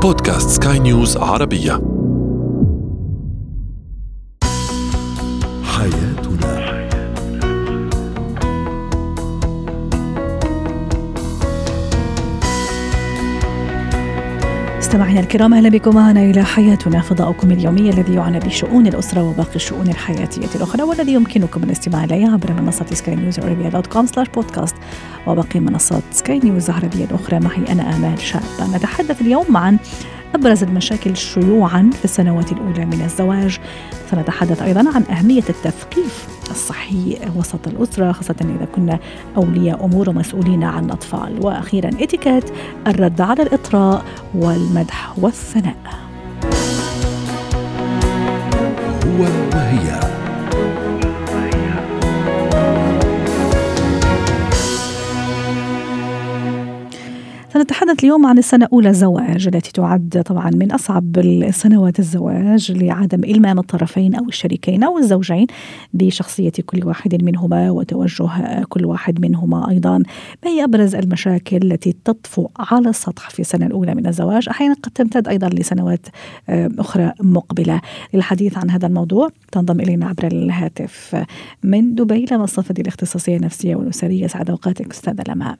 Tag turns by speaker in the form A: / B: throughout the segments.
A: بودكاست سكاي نيوز عربية. حياتنا.
B: مستمعينا الكرام، أهلا بكم معنا إلى حياتنا، فضاؤكم اليومي الذي يعنى بشؤون الأسرة وباقي الشؤون الحياتية الأخرى، والذي يمكنكم الاستماع إليه عبر منصة skynewsarabia.com/podcast وباقي منصات سكاي نيوز عربية الأخرى. معي أنا آمال شاب. نتحدث اليوم عن أبرز المشاكل شيوعا في السنوات الأولى من الزواج. سنتحدث أيضا عن أهمية التثقيف الصحي وسط الأسرة، خاصة إذا كنا أولياء أمور ومسؤولين عن أطفال. وأخيرا اتيكيت الرد على الإطراء والمدح والثناء.
A: هو وهي.
B: سنتحدث اليوم عن السنة الأولى الزواج، التي تعد طبعا من أصعب السنوات الزواج لعدم إلمام الطرفين أو الشريكين أو الزوجين بشخصية كل واحد منهما وتوجه كل واحد منهما. أيضا ما هي أبرز المشاكل التي تطفو على السطح في السنة الأولى من الزواج، أحيانا قد تمتد أيضا لسنوات أخرى مقبلة. للحديث عن هذا الموضوع تنضم إلينا عبر الهاتف من دبي لما الصفدي الاختصاصية النفسية والأسرية. سعد أوقاتك أستاذة لماء.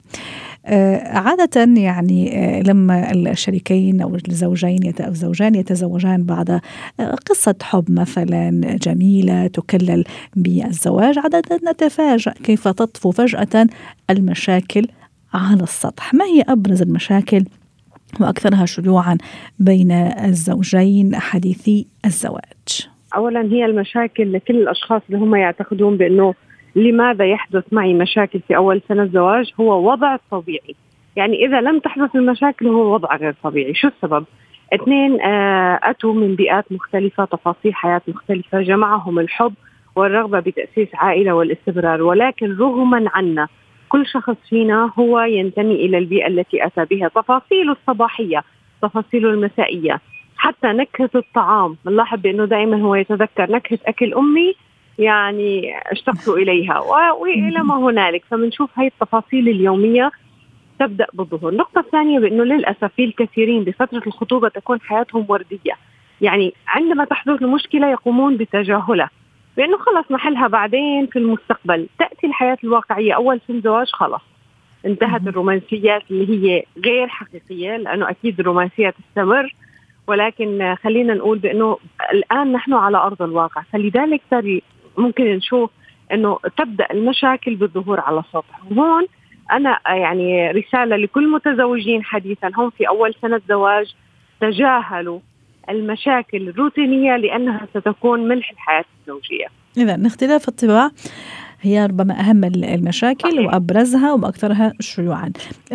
B: عادة يعني لما الشريكين أو الزوجان يتزوجان بعد قصة حب مثلا جميلة تكلل بالزواج، عادة نتفاجأ كيف تطفو فجأة المشاكل على السطح. ما هي أبرز المشاكل وأكثرها شيوعا بين الزوجين حديثي الزواج؟
C: أولا هي المشاكل لكل الأشخاص اللي هم يعتقدون بأنه لماذا يحدث معي مشاكل في أول سنة زواج، هو وضع طبيعي. يعني إذا لم تحدث المشاكل هو وضع غير طبيعي. شو السبب؟ 2 أتوا من بيئات مختلفة، تفاصيل حياة مختلفة، جمعهم الحب والرغبة بتأسيس عائلة والاستقرار. ولكن رغما عنا كل شخص فينا هو ينتمي إلى البيئة التي أتى بها، تفاصيله الصباحية، تفاصيله المسائية، حتى نكهة الطعام. نلاحظ بأنه دائما هو يتذكر نكهة أكل أمي، يعني اشتقت إليها وإلى ما هنالك. فمنشوف هاي التفاصيل اليومية تبدأ بالظهور. النقطة الثانية بأنه للأسف في الكثيرين بفترة الخطوبة تكون حياتهم وردية، يعني عندما تحدث المشكلة يقومون بتجاهلها بأنه خلص نحلها بعدين في المستقبل. تأتي الحياة الواقعية أول سنة زواج، خلص انتهت الرومانسيات اللي هي غير حقيقية، لأنه أكيد الرومانسية تستمر، ولكن خلينا نقول بأنه الآن نحن على أرض الواقع. فلذلك ممكن نشوف أنه تبدأ المشاكل بالظهور على السطح. وهون أنا يعني رسالة لكل متزوجين حديثا هم في أول سنة زواج: تجاهلوا المشاكل الروتينية لأنها ستكون ملح الحياة الزوجية.
B: إذن اختلاف الطباع هي ربما أهم المشاكل. صحيح. وأبرزها وأكثرها شيوعا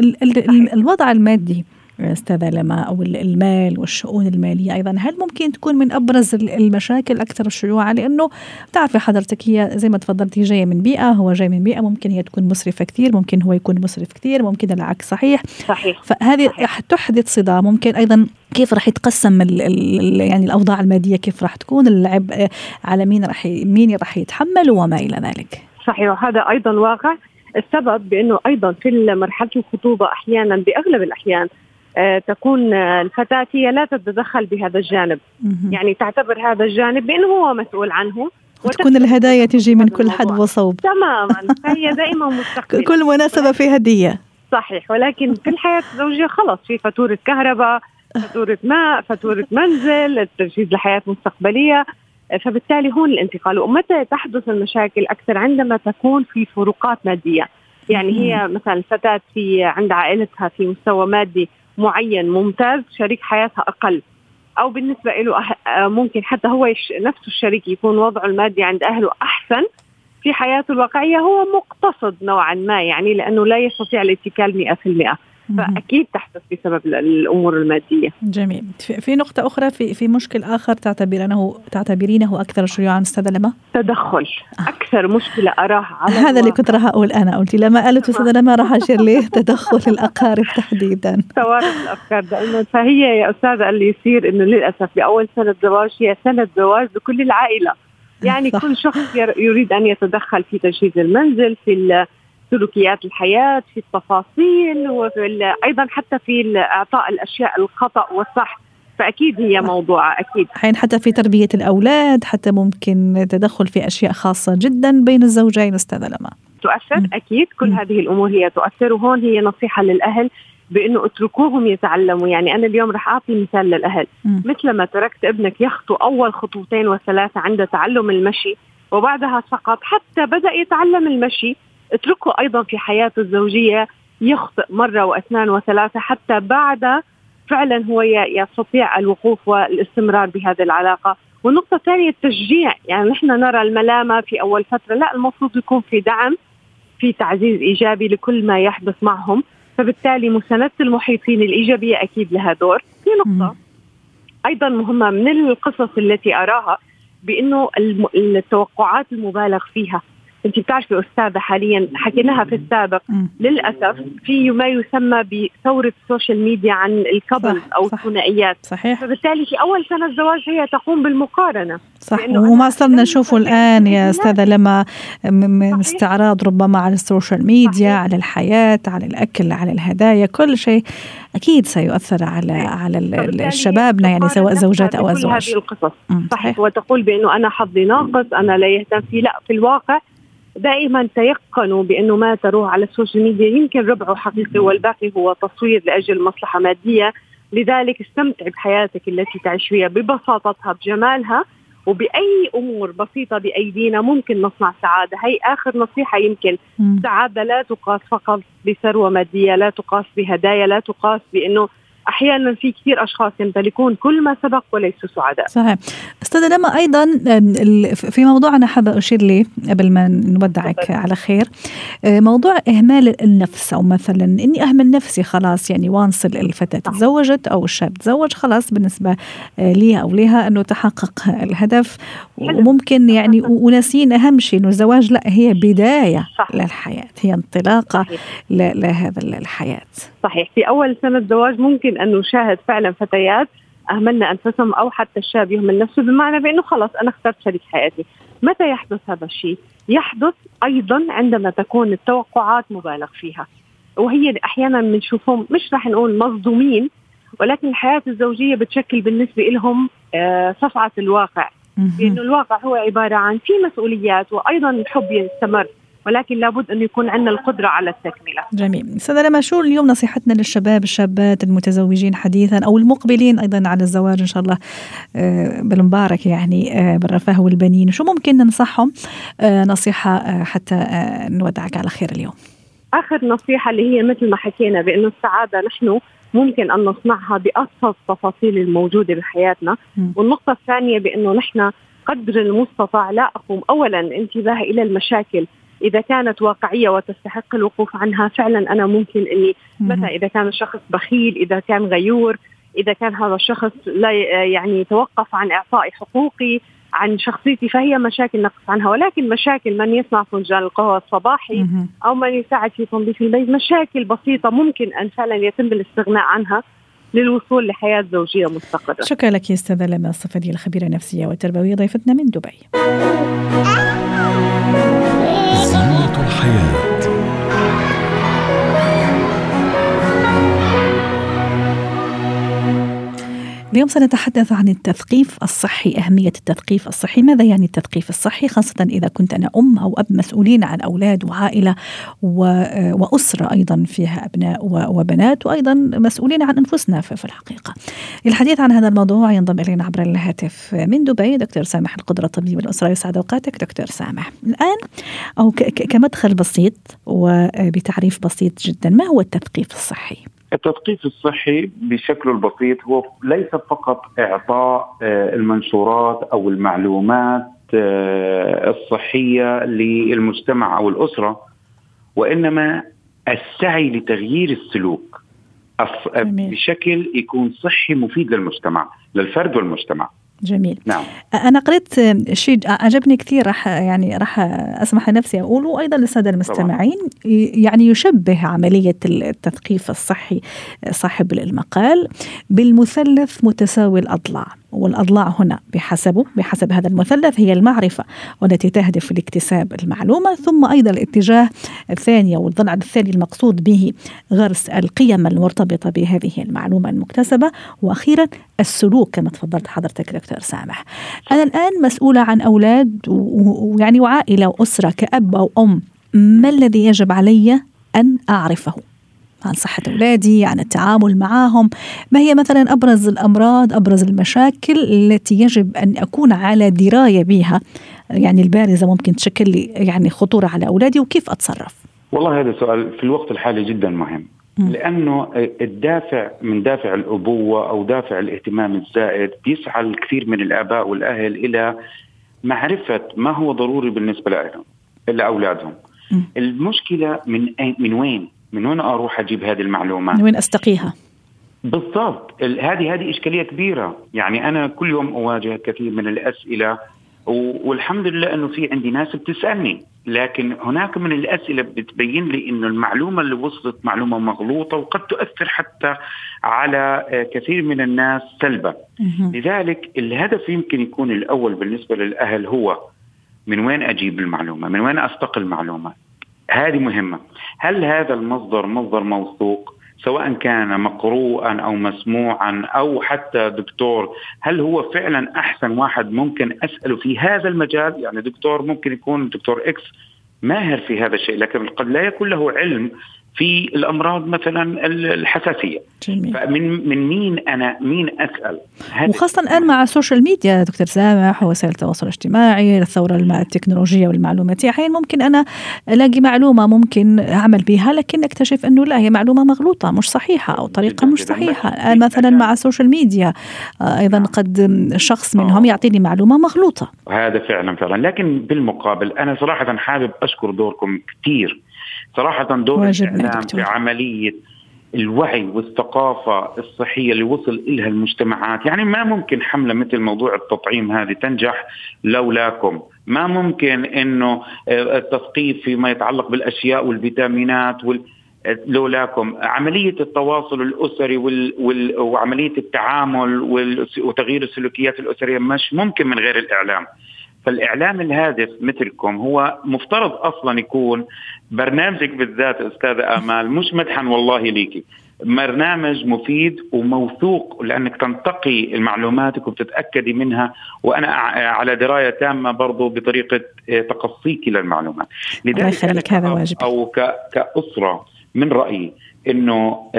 B: الوضع المادي أستاذة لما، أو المال والشؤون المالية أيضا. هل ممكن تكون من أبرز المشاكل أكثر شيوعا؟ لأنه تعرفي حضرتك هي زي ما تفضلتي جاية من بيئة، هو جاي من بيئة ممكن هي تكون مسرفة كثير، ممكن هو يكون مسرف كثير، ممكن العكس. صحيح. فهذه رح تحدث صدام. ممكن أيضا كيف رح يتقسم يعني الأوضاع المادية، كيف رح تكون العبء على مين رح يتحمل وما إلى ذلك.
C: صحيح، وهذا أيضا واقع. السبب بأنه أيضا في مرحلة الخطوبة أحيانا بأغلب الأحيان تكون الفتاة هي لا تتدخل بهذا الجانب، يعني تعتبر هذا الجانب بأنه هو مسؤول عنه،
B: وتكون الهدايا تجي من كل حد وصوب
C: تماما. فهي دائما مستقبلة،
B: كل مناسبة في هدية.
C: صحيح. ولكن في الحياة الزوجية خلص في فاتورة كهرباء، فاتورة ماء، فاتورة منزل، التجهيز لحياة مستقبلية. فبالتالي هون الانتقال. ومتى تحدث المشاكل أكثر؟ عندما تكون في فروقات مادية. يعني هي مثلا الفتاة عند عائلتها في مستوى مادي معين ممتاز، شريك حياتها أقل، أو بالنسبة له ممكن حتى هو نفس الشريك يكون وضعه المادي عند أهله أحسن، في حياته الواقعية هو مقتصد نوعا ما، يعني لأنه لا يستطيع الاتكال 100%. فأكيد تحدث بسبب الأمور المادية.
B: جميل. في نقطة أخرى، في مشكل آخر تعتبرينه أكثر شيوعا أستاذة لما؟
C: تدخل. أكثر مشكلة أراها على
B: هذا اللي كنت راح أقول. أنا قلت لما قالت أستاذة لما راح أشير ليه تدخل الأقارب تحديدا.
C: توارث الأفكار دائما. فهي يا أستاذة اللي يصير إنه للأسف بأول سنة زواج هي سنة زواج بكل العائلة، يعني صح. كل شخص يريد أن يتدخل في تجهيز المنزل، سلوكيات الحياة، في التفاصيل، وفي أيضا حتى في إعطاء الأشياء الخطأ والصح. فأكيد هي موضوع أكيد
B: حين حتى في تربية الأولاد، حتى ممكن تدخل في أشياء خاصة جدا بين الزوجين. أستاذة لما
C: تؤثر أكيد كل هذه الأمور هي تؤثر. وهون هي نصيحة للأهل بأنه اتركوهم يتعلموا. يعني أنا اليوم رح أعطي مثال للأهل، مثل ما تركت ابنك يخطو أول خطوتين وثلاثة عند تعلم المشي وبعدها سقط حتى بدأ يتعلم المشي، اتركه أيضا في حياته الزوجية يخطئ مرة واثنان وثلاثة حتى بعد فعلا هو يستطيع الوقوف والاستمرار بهذه العلاقة. والنقطة الثانية التشجيع. يعني نحن نرى الملامة في أول فترة، لا، المفروض يكون في دعم، في تعزيز إيجابي لكل ما يحدث معهم. فبالتالي مساندة المحيطين الإيجابية أكيد لها دور. في نقطة أيضا مهمة من القصص التي أراها، بأنه التوقعات المبالغ فيها. أنت بتعرفي أستاذة حاليا حكيناها في السابق، للأسف في ما يسمى بثورة السوشيال ميديا عن الكابل أو الثنائيات.
B: صحيح.
C: فبالتالي في أول سنة زواج هي تقوم بالمقارنة.
B: صح. وما صرنا نشوفه الآن يا أستاذة لما من استعراض ربما على السوشيال ميديا، على الحياة، على الأكل، على الهدايا، كل شيء أكيد سيؤثر على شبابنا، يعني سواء زوجات أو أزواج.
C: هذه القصص صحيح. وتقول بأنه أنا حظي ناقص، أنا لا يهتم فيه. لا، في الواقع دائما تيقنوا بأنه ما تروه على السوشيال ميديا يمكن ربعه حقيقي والباقي هو تصوير لأجل مصلحة مادية. لذلك استمتع بحياتك التي تعيش فيها ببساطتها، بجمالها، وبأي أمور بسيطة بأيدينا ممكن نصنع سعادة. هي آخر نصيحة. يمكن سعادة لا تقاس فقط بثروة مادية، لا تقاس بهدايا، لا تقاس بأنه أحيانا في كثير أشخاص يمتلكون كل ما سبق وليسوا سعداء.
B: صحيح. أستاذة لما أيضا في موضوع أنا حابة أشير لي قبل ما نودعك على خير، موضوع إهمال النفس، أو مثلا إني أهمل نفسي خلاص، يعني وانصل الفتاة تزوجت أو الشاب تزوج خلاص بالنسبة ليها أو لها أنه تحقق الهدف، وممكن يعني وناسين أهم شيء إنه الزواج لا هي بداية للحياة، هي انطلاقة لهذا الحياة.
C: صحيح. في أول سنة زواج ممكن أن نشاهد فعلا فتيات أهملنا أنفسهم، أو حتى الشاب يهمل نفسه، بمعنى بأنه خلاص أنا اخترت شريك حياتي. متى يحدث هذا الشيء؟ يحدث أيضا عندما تكون التوقعات مبالغ فيها، وهي أحيانا بنشوفهم مش رح نقول مصدومين، ولكن الحياة الزوجية بتشكل بالنسبة لهم صفعة الواقع، لأنه الواقع هو عبارة عن في مسؤوليات وأيضا الحب يستمر، ولكن لابد أن يكون عندنا القدرة على التكملة.
B: جميل. أستاذة لما، شو اليوم نصيحتنا للشباب الشابات المتزوجين حديثا أو المقبلين أيضا على الزواج إن شاء الله بالمبارك، يعني بالرفاه والبنين، شو ممكن ننصحهم نصيحة حتى نودعك على خير اليوم؟
C: آخر نصيحة اللي هي مثل ما حكينا بأنه السعادة نحن ممكن أن نصنعها بأبسط التفاصيل الموجودة بحياتنا. والنقطة الثانية بأنه نحن قدر المستطاع لا أقوم أولا انتباه إلى المشاكل إذا كانت واقعية وتستحق الوقوف عنها. فعلا أنا ممكن أني مثلا إذا كان الشخص بخيل، إذا كان غيور، إذا كان هذا الشخص لا يعني يتوقف عن إعطاء حقوقي، عن شخصيتي، فهي مشاكل نقص عنها. ولكن مشاكل من يصنع فنجان القهوة الصباحي أو من يساعد في تنظيف البيت، مشاكل بسيطة ممكن أن فعلا يتم الاستغناء عنها للوصول لحياة زوجية مستقرة.
B: شكرا لك يا أستاذة لما الصفدي، الخبيرة النفسية والتربوية، ضيفتنا من دبي.
A: زينة الحياة.
B: اليوم سنتحدث عن التثقيف الصحي، أهمية التثقيف الصحي. ماذا يعني التثقيف الصحي، خاصة إذا كنت أنا أم أو أب مسؤولين عن أولاد وعائلة وأسرة أيضا فيها أبناء وبنات، وأيضا مسؤولين عن أنفسنا في الحقيقة. للحديث عن هذا الموضوع ينضم إلينا عبر الهاتف من دبي دكتور سامح القدرة، الطبيب الأسرة. يسعد أوقاتك دكتور سامح. الآن أو كمدخل بسيط وبتعريف بسيط جدا، ما هو التثقيف الصحي؟
D: التثقيف الصحي بشكله البسيط هو ليس فقط إعطاء المنشورات أو المعلومات الصحية للمجتمع أو الأسرة، وإنما السعي لتغيير السلوك بشكل يكون صحي مفيد للمجتمع، للفرد والمجتمع.
B: جميل.
D: نعم.
B: أنا قرأت شيء عجبني كثير، راح أسمح لنفسي أقوله وأيضا للسادة المستمعين. يعني يشبه عملية التثقيف الصحي صاحب المقال بالمثلث متساوي الأضلاع. والأضلاع هنا بحسب هذا المثلث هي المعرفة، والتي تهدف لاكتساب المعلومة. ثم أيضا الاتجاه الثاني والضلع الثاني المقصود به غرس القيم المرتبطة بهذه المعلومة المكتسبة. وأخيرا السلوك كما تفضلت حضرتك دكتور سامح. أنا الآن مسؤولة عن أولاد ويعني وعائلة وأسرة كأب أو أم، ما الذي يجب علي أن أعرفه عن صحة أولادي، عن التعامل معهم؟ ما هي مثلا أبرز الأمراض، أبرز المشاكل التي يجب أن أكون على دراية بها، يعني البارزة ممكن تشكل لي يعني خطورة على أولادي، وكيف أتصرف؟
D: والله هذا سؤال في الوقت الحالي جدا مهم، لأنه الدافع من دافع الأبوة أو دافع الاهتمام الزائد بيسعى الكثير من الآباء والأهل إلى معرفة ما هو ضروري بالنسبة لهم لأولادهم. المشكلة من وين أروح أجيب هذه المعلومات؟
B: من وين أستقيها؟
D: بالضبط، هذه إشكالية كبيرة. يعني أنا كل يوم أواجه كثير من الأسئلة، والحمد لله أنه في عندي ناس بتسألني، لكن هناك من الأسئلة بتبين لي أنه المعلومة اللي وصلت معلومة مغلوطة، وقد تؤثر حتى على كثير من الناس سلبا. لذلك الهدف يمكن يكون الأول بالنسبة للأهل هو من وين أجيب المعلومة، من وين أستقي المعلومة. هذه مهمة. هل هذا المصدر مصدر موثوق، سواء كان مقروءا أو مسموعا أو حتى دكتور؟ هل هو فعلا أحسن واحد ممكن أسأله في هذا المجال؟ يعني دكتور ممكن يكون دكتور إكس ماهر في هذا الشيء، لكن قد لا يكون له علم في الأمراض مثلا الحساسية. فمن مين أسأل؟
B: وخاصة الآن مع السوشيال ميديا دكتور سامح ووسائل التواصل الاجتماعي، الثورة التكنولوجية والمعلوماتية، أحيانا ممكن أنا ألاقي معلومة ممكن أعمل بها، لكن أكتشف أنه لا، هي معلومة مغلوطة مش صحيحة أو طريقة مش صحيحة. الآن مثلا مع السوشيال ميديا أيضا قد شخص منهم يعطيني معلومة مغلوطة.
D: هذا فعلا. لكن بالمقابل أنا صراحة حابب أشكر دوركم كتير، صراحة دور الإعلام في عملية الوعي والثقافة الصحية اللي وصل إلها المجتمعات. يعني ما ممكن حملة مثل موضوع التطعيم هذه تنجح لولاكم، ما ممكن إنه التثقيف فيما يتعلق بالأشياء والفيتامينات لولاكم. عملية التواصل الأسري وعملية التعامل وتغيير السلوكيات الأسرية مش ممكن من غير الإعلام. فالإعلام الهادف مثلكم هو مفترض أصلا يكون برنامجك بالذات أستاذ آمال، مش مدحا والله ليكي، برنامج مفيد وموثوق، لأنك تنتقي المعلوماتك وبتتأكدي منها، وأنا على دراية تامة برضو بطريقة تقصيك للمعلومات.
B: لذلك هذا واجب.
D: أو كأسرة من رأيي أنه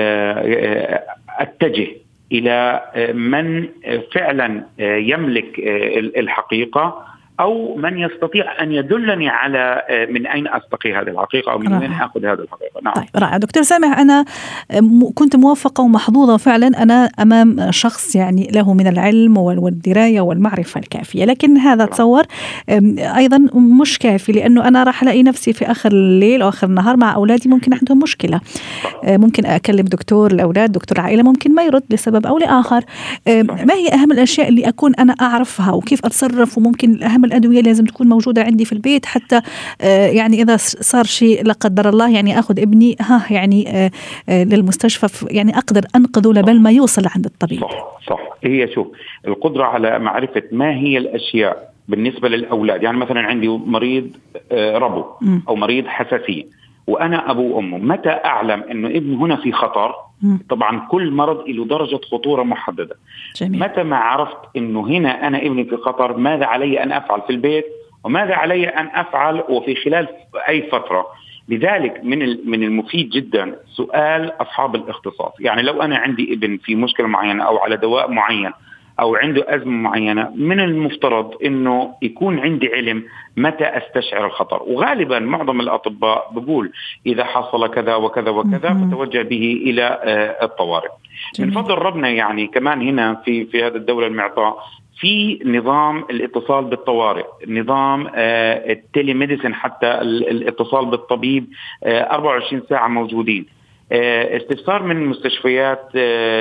D: أتجه إلى من فعلا يملك الحقيقة، أو من يستطيع أن يدلني على من أين أستقي هذه الحقيقة، أو من وين أخذ هذه الحقيقة. نعم.
B: طيب رائع دكتور سامح، أنا كنت موفقة ومحظوظة فعلا، أنا أمام شخص يعني له من العلم والدراية والمعرفة الكافية، لكن هذا تصور أيضا مش كافي، لأنه أنا راح ألاقي نفسي في آخر الليل أو آخر النهار مع أولادي ممكن عندهم مشكلة. ممكن أكلم دكتور الأولاد، دكتور عائلة، ممكن ما يرد لسبب أو لآخر. ما هي أهم الأشياء اللي أكون أنا أعرفها وكيف أتصرف؟ وممكن أهم الأدوية لازم تكون موجودة عندي في البيت، حتى يعني إذا صار شيء لا قدر الله يعني أخذ ابني يعني للمستشفى، يعني أقدر أنقذه لبل ما يوصل عند الطبيب.
D: صح. هي شوف، القدرة على معرفة ما هي الأشياء بالنسبة للأولاد. يعني مثلا عندي مريض ربو أو مريض حساسية، وأنا أبو وأمه، متى أعلم أنه ابني هنا في خطر؟ طبعا كل مرض له درجة خطورة محددة. جميل. متى ما عرفت أنه هنا أنا ابني في خطر، ماذا علي أن أفعل في البيت، وماذا علي أن أفعل وفي خلال أي فترة؟ لذلك من المفيد جدا سؤال أصحاب الاختصاص. يعني لو أنا عندي ابن في مشكلة معينة أو على دواء معين أو عنده أزمة معينة، من المفترض أنه يكون عندي علم متى أستشعر الخطر. وغالبا معظم الأطباء بيقول إذا حصل كذا وكذا وكذا فتوجه به إلى الطوارئ. من فضل ربنا يعني كمان هنا في هذا الدولة المعطاء في نظام الاتصال بالطوارئ، نظام التيليميديسن، حتى الاتصال بالطبيب 24 ساعة موجودين. استفسار من المستشفيات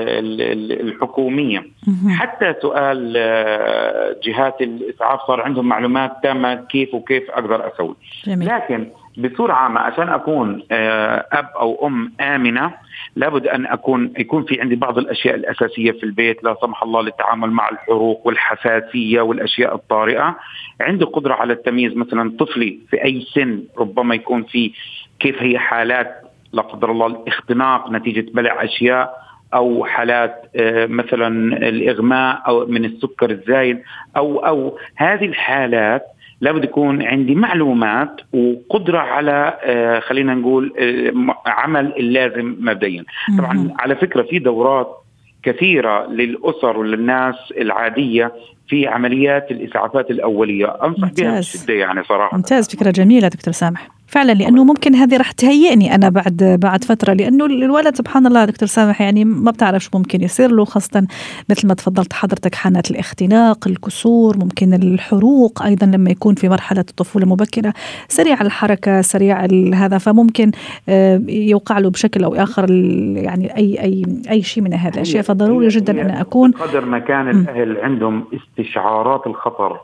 D: الحكومية، حتى سؤال جهات الإسعاف صار عندهم معلومات تامة كيف أقدر أسوي. جميل. لكن بصورة عامة عشان أكون أب أو أم آمنة لابد أن يكون في عندي بعض الأشياء الأساسية في البيت، لا سمح الله للتعامل مع الحروق والحساسية والأشياء الطارئة. عندي قدرة على التمييز، مثلا طفلي في أي سن ربما يكون في كيف هي حالات لا قدر الله الاختناق نتيجة بلع أشياء، أو حالات مثلا الإغماء أو من السكر الزايد أو هذه الحالات. لابد يكون عندي معلومات وقدرة على خلينا نقول عمل اللازم مبدئيا. طبعا على فكرة في دورات كثيرة للأسر وللناس العادية في عمليات الإسعافات الأولية، أنصح بها بشدة يعني صراحة.
B: ممتاز، فكرة جميلة دكتور سامح فعلا، لأنه ممكن هذه رح تهيئني أنا بعد فترة، لأنه الولد سبحان الله دكتور سامح يعني ما بتعرف شو ممكن يصير له، خاصة مثل ما تفضلت حضرتك حالات الاختناق، الكسور، ممكن الحروق أيضا لما يكون في مرحلة الطفولة المبكرة، سريع الحركة سريع هذا، فممكن يوقع له بشكل أو آخر يعني أي شيء من هذه الأشياء. فضروري جدا أن أكون
D: قدر ما كان الأهل عندهم استشعارات الخطر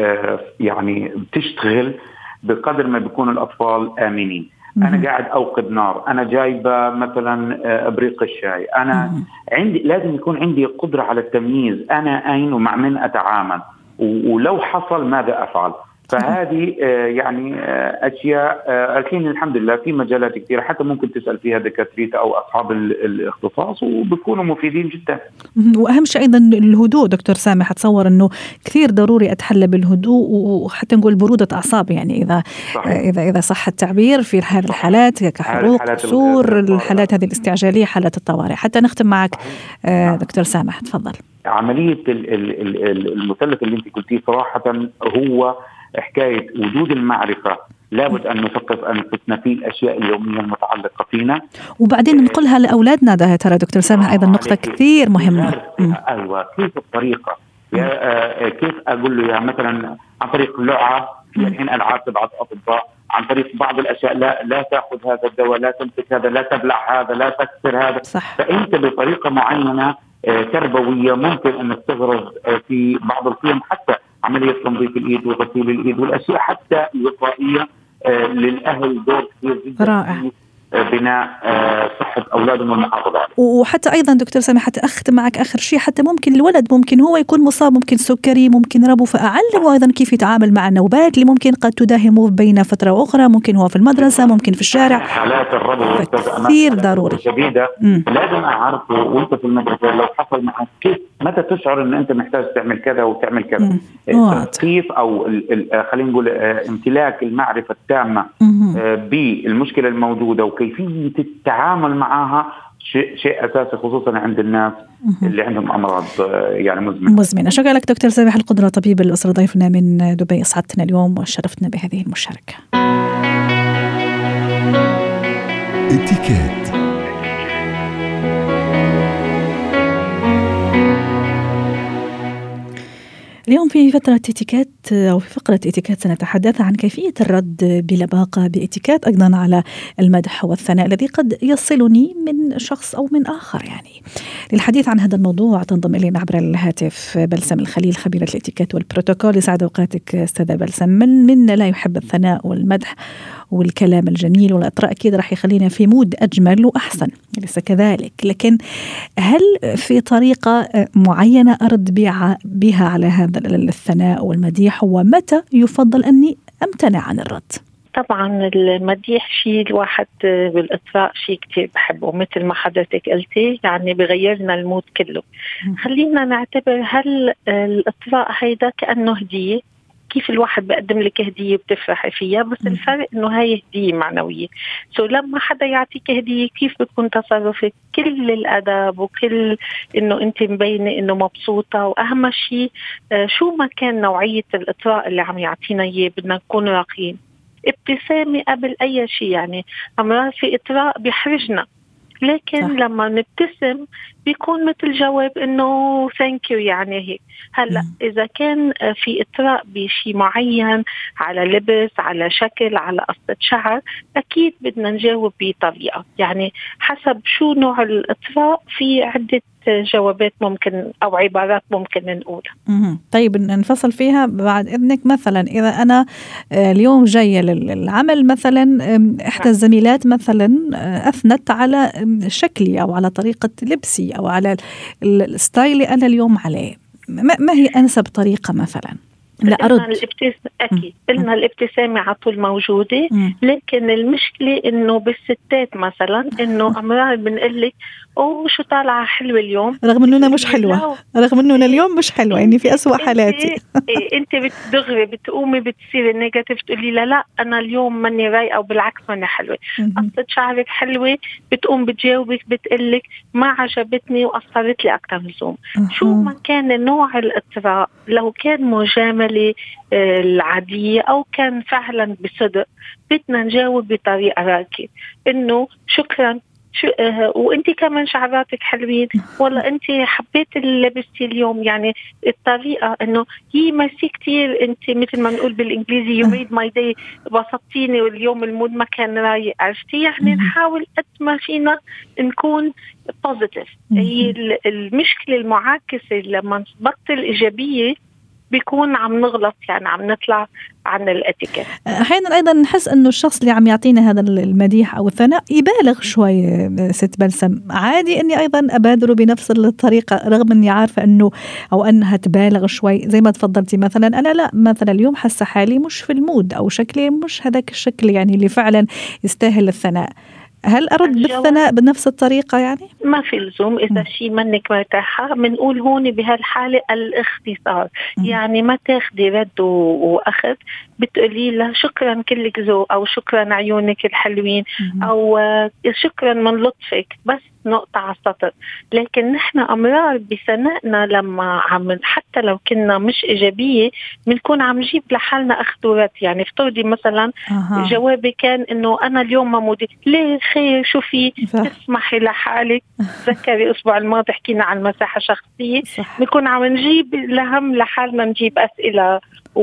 D: يعني بتشتغل بقدر ما بيكون الأطفال آمنين. أنا قاعد أوقد نار، أنا جايبة مثلا أبريق الشاي، أنا عندي لازم يكون عندي قدرة على التمييز أنا أين ومع من أتعامل، ولو حصل ماذا أفعل. فهذه يعني أشياء الحين الحمد لله في مجالات كثيرة حتى ممكن تسأل فيها دكاترة أو أصحاب الاختصاص وبيكونوا مفيدين جدا.
B: وأهم شيء أيضا الهدوء دكتور سامح، أتصور أنه كثير ضروري أتحلى بالهدوء وحتى نقول برودة أعصاب، يعني إذا صح التعبير في هذه الحالات كحروق كسور، الحالات هذه الاستعجالية، حالات الطوارئ. حتى نختم معك دكتور سامح تفضل.
D: عملية المثلث اللي انت قلتيه صراحة هو حكاية وجود المعرفة، لابد أن نثقف أنفسنا في الأشياء اليومية المتعلقة فينا، وبعدين
B: نقولها لأولادنا. ده ترى دكتور سامح أيضا نقطة كثير مهمة.
D: أيوة، كيف الطريقة كيف أقول له يا مثلا عن طريق اللعة، في الحين ألعاب تبعث أطباء عن طريق بعض الأشياء، لا تأخذ هذا الدواء، لا تمسك هذا، لا تبلع هذا، لا تكسر هذا.
B: صح.
D: فأنت بطريقة معينة تربوية ممكن أن تستغرق في بعض القيم، حتى عملية تنظيف الإيد وغسيل الإيد والأشياء حتى الوقائية للأهل دور كثير جدا
B: رائع.
D: بناء صحة أولادهم والمحافظة عليهم.
B: وحتى أيضا دكتور سامح حتى أختم معك آخر شيء، حتى ممكن الولد ممكن هو يكون مصاب، ممكن سكري، ممكن ربو، فأعلمه أيضا كيف يتعامل مع النوبات اللي ممكن قد تداهمه بين فترة وأخرى، ممكن هو في المدرسة، ممكن في الشارع.
D: حالات الربو
B: كثير ضروري
D: شديدة لازم أعرفه وأنت في المدرسة لو حصل معك كيف متى تشعر أن أنت محتاج تعمل كذا وتعمل كذا. كيف أو خلينا نقول امتلاك المعرفة التامة بالمشكلة الموجودة وكيفية التعامل معها شيء أساسي، خصوصا عند الناس اللي عندهم أمراض يعني مزمنة.
B: شكرا لك دكتور سامح القدرة، طبيب الأسرة، ضيفنا من دبي. أسعدتنا اليوم وشرفتنا بهذه المشاركة.
A: اتيكيت.
B: اليوم في فترة اتيكيت أو في فقرة اتيكيت سنتحدث عن كيفية الرد بلباقة باتيكيت أيضا على المدح والثناء الذي قد يصلني من شخص أو من آخر. يعني للحديث عن هذا الموضوع تنضم إلينا عبر الهاتف بلسم الخليل، خبيرة الاتيكيت والبروتوكول. يسعد أوقاتك أستاذة بلسم. من منا لا يحب الثناء والمدح والكلام الجميل والإطراء؟ أكيد راح يخلينا في مود أجمل وأحسن، ليس كذلك؟ لكن هل في طريقة معينة أرد بها على هذا الثناء والمديح، ومتى يفضل أني أمتنع عن الرد؟
E: طبعا المديح شيء الواحد بالإطراء شيء كتير بحبه، مثل ما حضرتك قلتي يعني بغيرنا المود كله. خلينا نعتبر هل الإطراء هيدا كأنه هدية، كيف الواحد بقدم لك هدية بتفرحي فيها، بس الفرق إنه هاي هدية معنوية. لما حدا يعطيك هدية كيف بتكون تصرفك؟ كل الأدب وكل إنه أنت مبينة إنه مبسوطة، وأهم شيء شو ما كان نوعية الإطراء اللي عم يعطينا إياه بدنا نكون راقين. ابتسامة قبل أي شيء، يعني أمرار في إطراء بيحرجنا، لكن لما نبتسم بيكون مثل جواب إنه thank you يعني هيك. هلا إذا كان في إطراء بشيء معين على لبس، على شكل، على قصة شعر، أكيد بدنا نجاوب بطريقة، يعني حسب شو نوع الإطراء في عدة جوابات ممكن أو عبارات ممكن نقولها.
B: طيب نفصل فيها بعد إذنك. مثلا إذا أنا اليوم جاية للعمل مثلا، إحدى الزميلات مثلا أثنت على شكلي أو على طريقة لبسي أو على الستايل اللي أنا اليوم عليه، ما هي أنسب طريقة مثلا لأرد؟
E: أكيد قلنا الابتسامة على طول موجودة، لكن المشكلة إنه بالستات مثلا إنه أمرار بنقلك أوه شو طالعة حلوة اليوم،
B: رغم إنه أنا مش حلوة، رغم إنه أنا اليوم مش حلوة، إني في أسوأ حالاتي.
E: أنت بتدغري بتقومي بتصيري نيجاتيف، تقولي لا أنا اليوم ماني رايقة وبالعكس ماني حلوة. قصة شعرك حلوة، بتقوم بتجاوبك بتقلك ما عجبتني وأثرت لي أكتر لزوم. شو ما كان نوع الإطراء، لو كان مجاملة العادية أو كان فعلا بصدق، بدنا نجاوب بطريقة راقية إنه شكرا وانت كمان شعراتك حلوين، والله انت حبيت اللي لبستي اليوم. يعني الطريقه انه هي ميرسي كتير، انت مثل ما نقول بالانجليزي you made my day، بسطتيني واليوم المود ما كان رايق، عرفتي؟ يعني نحاول قد ما فينا نكون بوزيتيف. هي المشكله المعاكسه لما نبطل ايجابيه بيكون عم نغلط، يعني عم نطلع عن الاتيكيت.
B: احيانا ايضا نحس انه الشخص اللي عم يعطينا هذا المديح او الثناء يبالغ شوي. ست بلسم، عادي اني ايضا ابادره بنفس الطريقه رغم اني عارفه انه او انها تبالغ شوي؟ زي ما تفضلتي مثلا، انا لا مثلا اليوم حاسه حالي مش في المود او شكلي مش هذاك الشكل يعني اللي فعلا يستاهل الثناء، هل أرد بالثناء بنفس الطريقة؟ يعني
E: ما في لزوم. إذا شيء منك مرتاحة بنقول هون بهالحالة الاختصار، يعني ما تاخدي رد وأخذ، بتقولي له شكرا كلك ذوق، أو شكرا عيونك الحلوين، أو شكرا من لطفك، بس نقطة على السطر. لكن نحن أمرار بثنائنا لما حتى لو كنا مش إيجابية بنكون عم نجيب لحالنا أخذورات. يعني افترضي مثلا جوابي كان إنه أنا اليوم ما مودي، ليه خير شو في، تسمحي لحالك. ذكري الأسبوع الماضي حكينا عن مساحة شخصية، بنكون عم نجيب لهم لحالنا، نجيب أسئلة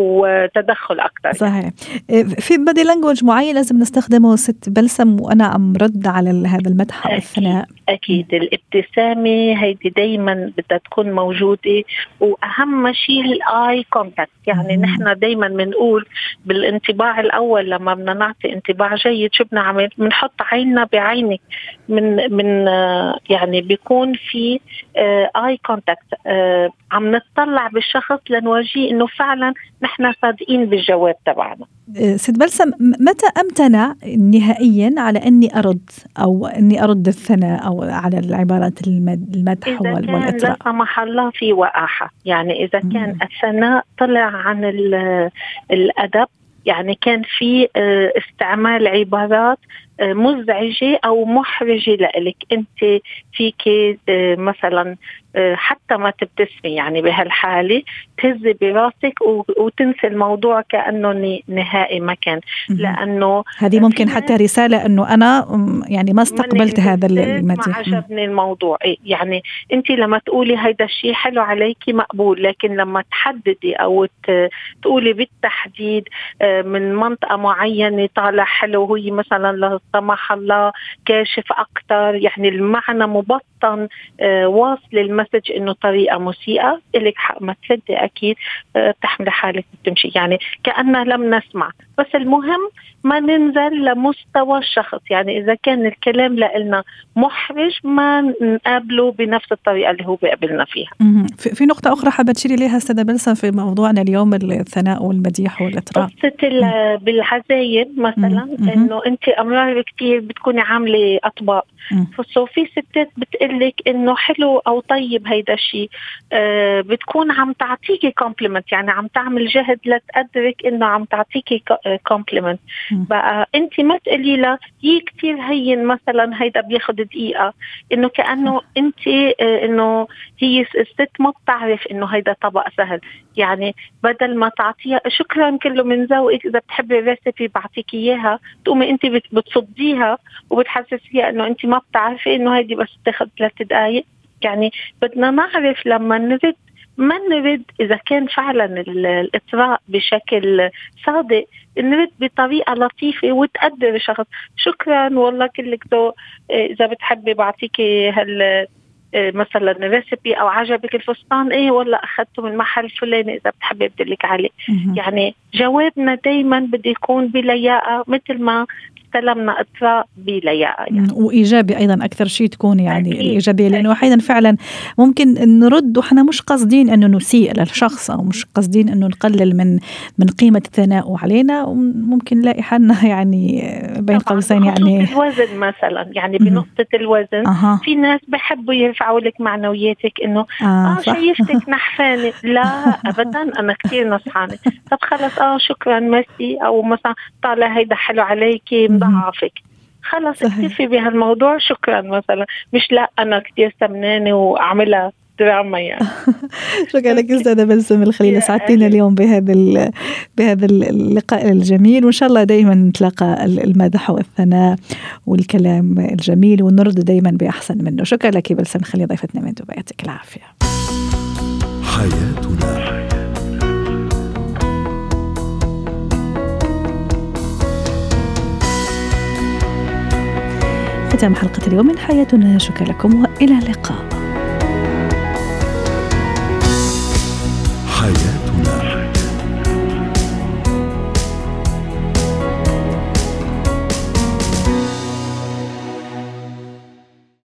E: وتدخل أكثر.
B: صحيح. في بادي لانجوج معين لازم نستخدمه ست بلسم وأنا عم رد على هذا المدح أو الثناء؟
E: أكيد الابتسامة هيدي دايما بدها تكون موجودة، وأهم شيء الآي كونتاكت. يعني نحن دايما بنقول بالانطباع الأول لما بدنا نعطي انطباع جيد شو بنعمل؟ بنحط عيننا بعينك، من يعني بيكون في آي كونتاكت، عم نتطلع بالشخص لنواجيه إنه فعلا نحن صادقين بالجواب تبعنا.
B: ست بلسم، متى أمتنع نهائيا على أني أرد أو أني أرد الثناء أو على العبارات المدح والإطراء؟
E: إذا كان لا سمح الله في وقاحة، يعني إذا كان الثناء طلع عن الأدب، يعني كان في استعمال عبارات مزعجة أو محرجة لإلك، أنت فيك مثلا حتى ما تبتسمي، يعني بهالحالة تهزي براسك وتنسي الموضوع كأنه نهائي ما كان، لأنه
B: هذه ممكن حتى رسالة أنه أنا يعني ما استقبلت هذا المديح،
E: ما عجبني الموضوع. يعني أنت لما تقولي هيدا الشيء حلو عليكي مقبول، لكن لما تحددي أو تقولي بالتحديد من منطقة معينة طالع حلو وهي مثلا لا سمح الله كاشف أكتر، يعني المعنى مبطن واصل المسج إنه طريقة مسيئة، إلك حق ما تردي أكيد، تحمل حالك وتمشي، يعني كأننا لم نسمع. بس المهم ما ننزل لمستوى الشخص، يعني إذا كان الكلام لنا محرج ما نقابله بنفس الطريقة اللي هو بيقابلنا فيها.
B: في نقطة أخرى حابة تشيري ليها أستاذة بلسم في موضوعنا اليوم، الثناء والمديح والإطراء.
E: قصة بالعزايم مثلا، إنه أنت أمرار كتير بتكوني عاملة أطباق، ففي ستات بتقلك إنه حلو أو طيب هيدا الشيء، بتكون عم تعطيكي كومبلمنت، يعني عم تعمل جهد لتقدرك إنه عم تعطيكي كومبلمنت. بقى أنت ما تقولي لا هي كتير هين مثلا هيدا بياخد دقيقة، إنه كأنه أنت إنه هي الست ما بتعرف إنه هيدا طبق سهل، يعني بدل ما تعطيها شكرا كله من ذوقك، إذا بتحبي الريسيبي بعطيك إياها، تقومي أنت بتصديها وبتحسسيها إنه أنت ما بتعرفي إنه هيدي بس تاخد 3 دقايق. يعني بدنا نعرف لما نرد ما نرد إذا كان فعلا الإطراء بشكل صادق، نرد بطريقة لطيفة وتقدر الشخص. شكرا والله كلك ذوق، إذا بتحبي بعطيكي مثلا ريسيبي أو عجبك الفستان، إيه والله أخذته من محل فلاني، إذا بتحبي بدلك عليه. يعني جوابنا دايما بده يكون بلياقة، مثل ما استلمنا إطراء بلياقة يعني.
B: وإيجابي أيضا أكثر شيء تكون يعني الإيجابية، لأنه أحيانا فعلا ممكن نرد وإحنا مش قصدين أنه نسيء للشخص أو مش قصدين أنه نقلل من قيمة الثناء علينا، وممكن نلاقي حالنا يعني بين قوسين يعني
E: الوزن مثلا، يعني بنقطة الوزن في ناس بحبوا يرفعوا لك معنوياتك إنه شايفتك نحفانة، لا أبدا أنا كتير نصحانة، طب خلص شكرا ميرسي، أو مثلا طالع هيدا حلو عليكي ضعفك، خلص اكتفي بهالموضوع شكرا مثلا، مش لا أنا كتير سمنانة وأعملها دراما يعني.
B: شكرا لك أستاذة بلسم الخليل، سعدتينا اليوم بهذا اللقاء الجميل، وإن شاء الله دايما نتلاقى المدح والثناء والكلام الجميل ونرد دايما بأحسن منه. شكرا لك بلسم الخليل ضيفتنا من دبي، يعطيك العافية.
A: حياتنا.
B: ختام حلقة اليوم من حياتنا، شكرا لكم وإلى اللقاء.
A: حياتنا.